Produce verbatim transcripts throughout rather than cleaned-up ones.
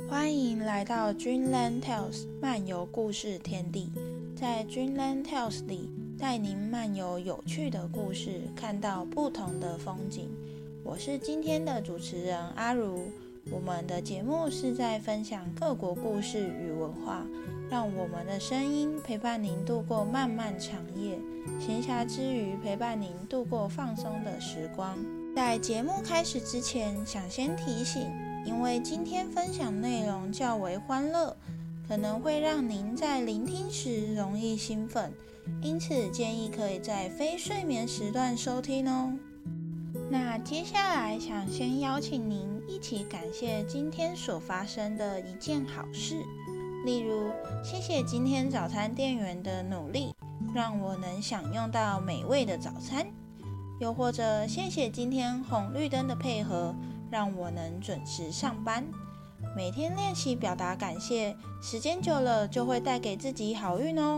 欢迎来到 Dreamland Tales 漫游故事天地。在 Dreamland Tales 里，带您漫游有趣的故事，看到不同的风景。我是今天的主持人阿如。我们的节目是在分享各国故事与文化，让我们的声音陪伴您度过漫漫长夜，闲暇之余陪伴您度过放松的时光。在节目开始之前，想先提醒，因为今天分享内容较为欢乐，可能会让您在聆听时容易兴奋，因此建议可以在非睡眠时段收听哦。那接下来想先邀请您一起感谢今天所发生的一件好事，例如谢谢今天早餐店员的努力，让我能享用到美味的早餐，又或者谢谢今天红绿灯的配合，让我能准时上班。每天练习表达感谢，时间久了就会带给自己好运哦。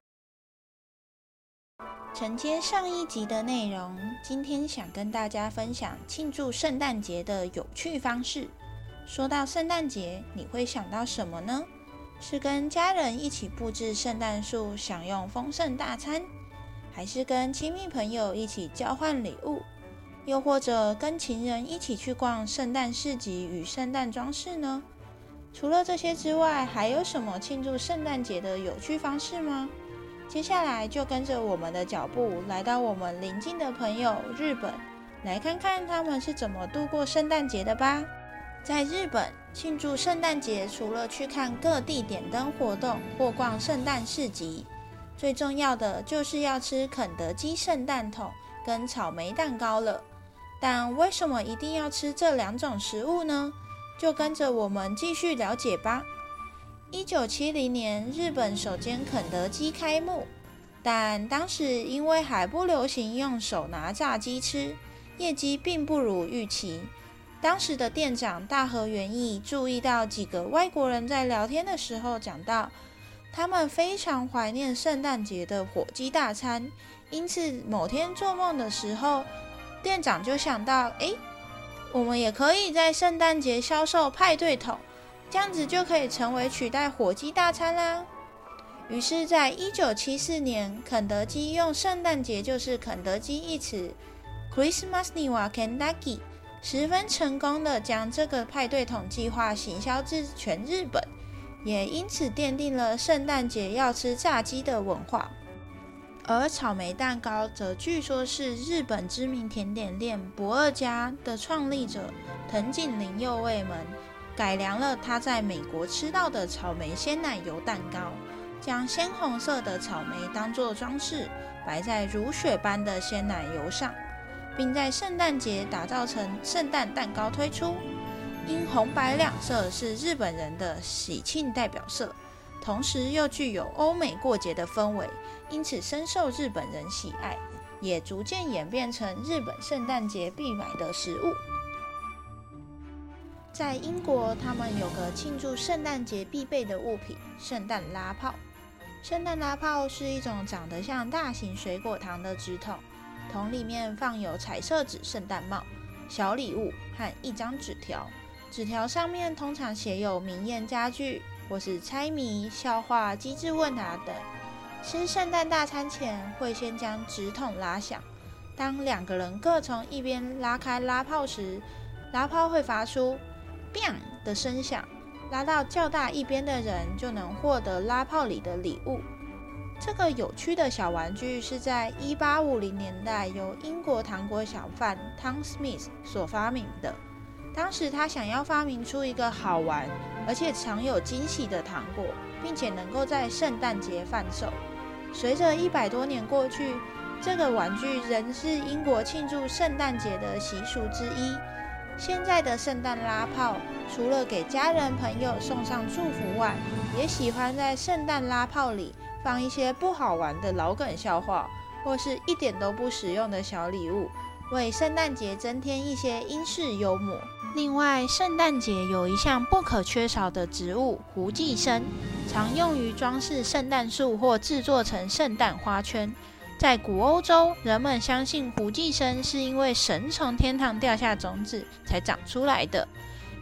承接上一集的内容，今天想跟大家分享庆祝圣诞节的有趣方式。说到圣诞节，你会想到什么呢？是跟家人一起布置圣诞树，享用丰盛大餐，还是跟亲密朋友一起交换礼物，又或者跟情人一起去逛圣诞市集与圣诞装饰呢？除了这些之外，还有什么庆祝圣诞节的有趣方式吗？接下来就跟着我们的脚步，来到我们邻近的朋友日本，来看看他们是怎么度过圣诞节的吧。在日本，庆祝圣诞节除了去看各地点灯活动或逛圣诞市集，最重要的就是要吃肯德基圣诞筒跟草莓蛋糕了。但为什么一定要吃这两种食物呢？就跟着我们继续了解吧。一九七零年，日本首间肯德基开幕，但当时因为还不流行用手拿炸鸡吃，业绩并不如预期。当时的店长大和元义注意到几个外国人在聊天的时候讲到，他们非常怀念圣诞节的火鸡大餐，因此某天做梦的时候，店长就想到，诶，我们也可以在圣诞节销售派对桶，这样子就可以成为取代火鸡大餐啦。于是在一九七四年，肯德基用圣诞节就是肯德基一词 Christmas ni wa Kentucky 十分成功的将这个派对桶计划行销至全日本，也因此奠定了圣诞节要吃炸鸡的文化。而草莓蛋糕则据说是日本知名甜点店不二家的创立者藤井玲右卫门改良了他在美国吃到的草莓鲜奶油蛋糕，将鲜红色的草莓当作装饰，摆在如雪般的鲜奶油上，并在圣诞节打造成圣诞蛋糕推出。因红白两色是日本人的喜庆代表色，同时又具有欧美过节的氛围，因此深受日本人喜爱，也逐渐演变成日本圣诞节必买的食物。在英国，他们有个庆祝圣诞节必备的物品——圣诞拉炮。圣诞拉炮是一种长得像大型水果糖的纸筒，桶里面放有彩色纸圣诞帽、小礼物和一张纸条。纸条上面通常写有名言佳句，或是猜谜、笑话、机智问答等。吃圣诞大餐前，会先将纸筒拉响。当两个人各从一边拉开拉炮时，拉炮会发出砰的声响，拉到较大一边的人就能获得拉炮里的礼物。这个有趣的小玩具是在一八五零年代由英国糖果小贩 Tom Smith 所发明的。当时他想要发明出一个好玩而且常有惊喜的糖果，并且能够在圣诞节贩售。随着一百多年过去，这个玩具仍是英国庆祝圣诞节的习俗之一。现在的圣诞拉炮，除了给家人朋友送上祝福外，也喜欢在圣诞拉炮里放一些不好玩的老梗笑话，或是一点都不实用的小礼物，为圣诞节增添一些英式幽默。另外，圣诞节有一项不可缺少的植物——胡寄生，常用于装饰圣诞树或制作成圣诞花圈。在古欧洲，人们相信胡寄生是因为神从天堂掉下种子才长出来的，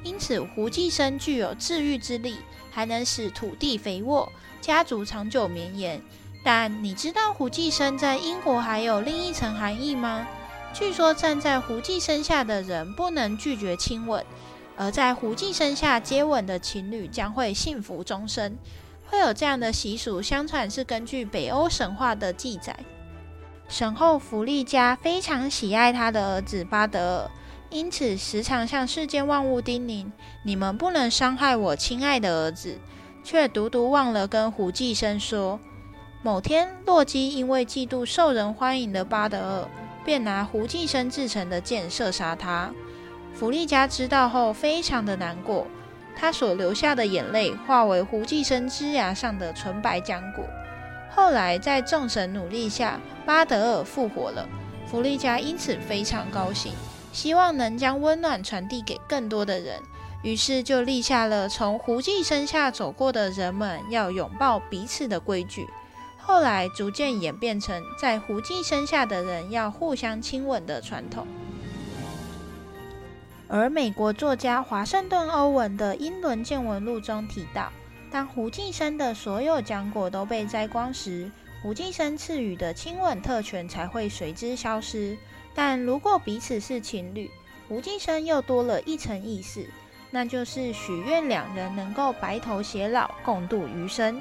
因此胡寄生具有治愈之力，还能使土地肥沃，家族长久绵延。但你知道胡寄生在英国还有另一层含义吗？据说站在胡寄生下的人不能拒绝亲吻，而在胡寄生下接吻的情侣将会幸福终身。会有这样的习俗，相传是根据北欧神话的记载。神后弗利嘉非常喜爱他的儿子巴德尔，因此时常向世间万物叮咛：你们不能伤害我亲爱的儿子，却独独忘了跟胡寄生说。某天，洛基因为嫉妒受人欢迎的巴德尔，便拿胡寄生制成的箭射杀他。弗利嘉知道后非常的难过，他所流下的眼泪化为胡寄生枝芽上的纯白浆果。后来在众神努力下，巴德尔复活了，弗利嘉因此非常高兴，希望能将温暖传递给更多的人，于是就立下了从胡寄生下走过的人们要拥抱彼此的规矩。后来逐渐演变成在胡寄生下的人要互相亲吻的传统。而美国作家华盛顿·欧文的《英伦见闻录》中提到，当胡寄生的所有浆果都被摘光时，胡寄生赐予的亲吻特权才会随之消失。但如果彼此是情侣，胡寄生又多了一层意思，那就是许愿两人能够白头偕老，共度余生。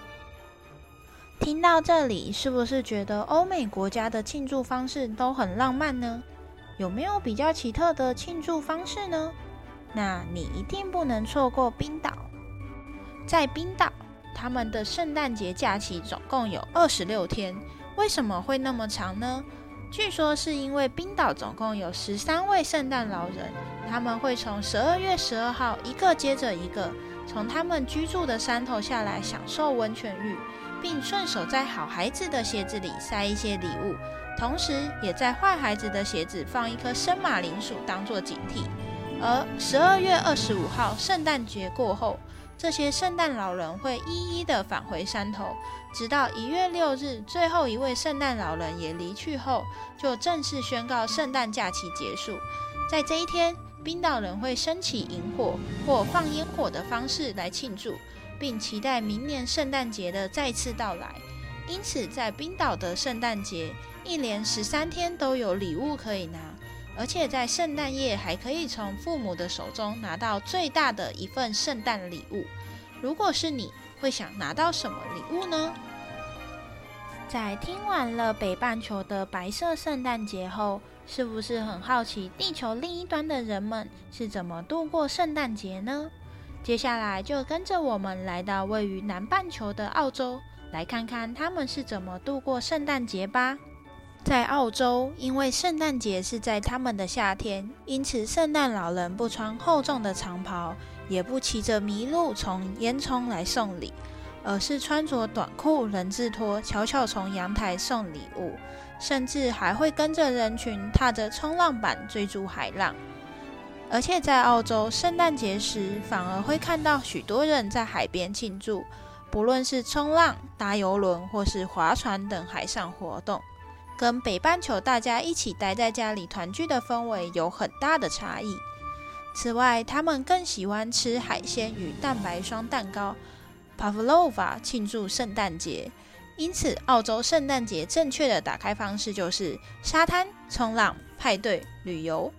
听到这里，是不是觉得欧美国家的庆祝方式都很浪漫呢？有没有比较奇特的庆祝方式呢？那你一定不能错过冰岛。在冰岛，他们的圣诞节假期总共有二十六天。为什么会那么长呢？据说是因为冰岛总共有十三位圣诞老人，他们会从十二月十二号一个接着一个，从他们居住的山头下来享受温泉浴，并顺手在好孩子的鞋子里塞一些礼物，同时也在坏孩子的鞋子放一颗生马铃薯当作警惕。而十二月二十五号圣诞节过后，这些圣诞老人会一一的返回山头，直到一月六日最后一位圣诞老人也离去后，就正式宣告圣诞假期结束。在这一天，冰岛人会升起萤火或放烟火的方式来庆祝，并期待明年圣诞节的再次到来。因此在冰岛的圣诞节一连十三天都有礼物可以拿，而且在圣诞夜还可以从父母的手中拿到最大的一份圣诞礼物。如果是你，会想拿到什么礼物呢？在听完了北半球的白色圣诞节后，是不是很好奇地球另一端的人们是怎么度过圣诞节呢？接下来就跟着我们来到位于南半球的澳洲，来看看他们是怎么度过圣诞节吧。在澳洲，因为圣诞节是在他们的夏天，因此圣诞老人不穿厚重的长袍，也不骑着麋鹿从烟囱来送礼，而是穿着短裤、人字拖，悄悄从阳台送礼物，甚至还会跟着人群踏着冲浪板追逐海浪。而且在澳洲，圣诞节时反而会看到许多人在海边庆祝，不论是冲浪、搭邮轮或是划船等海上活动，跟北半球大家一起待在家里团聚的氛围有很大的差异。此外，他们更喜欢吃海鲜与蛋白霜蛋糕 Pavlova 庆祝圣诞节。因此，澳洲圣诞节正确的打开方式就是沙滩、冲浪、派对、旅游。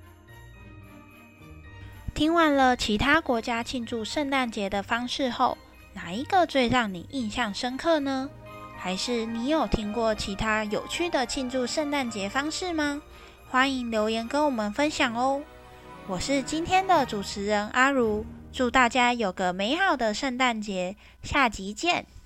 听完了其他国家庆祝圣诞节的方式后，哪一个最让你印象深刻呢？还是你有听过其他有趣的庆祝圣诞节方式吗？欢迎留言跟我们分享哦。我是今天的主持人阿如，祝大家有个美好的圣诞节，下集见。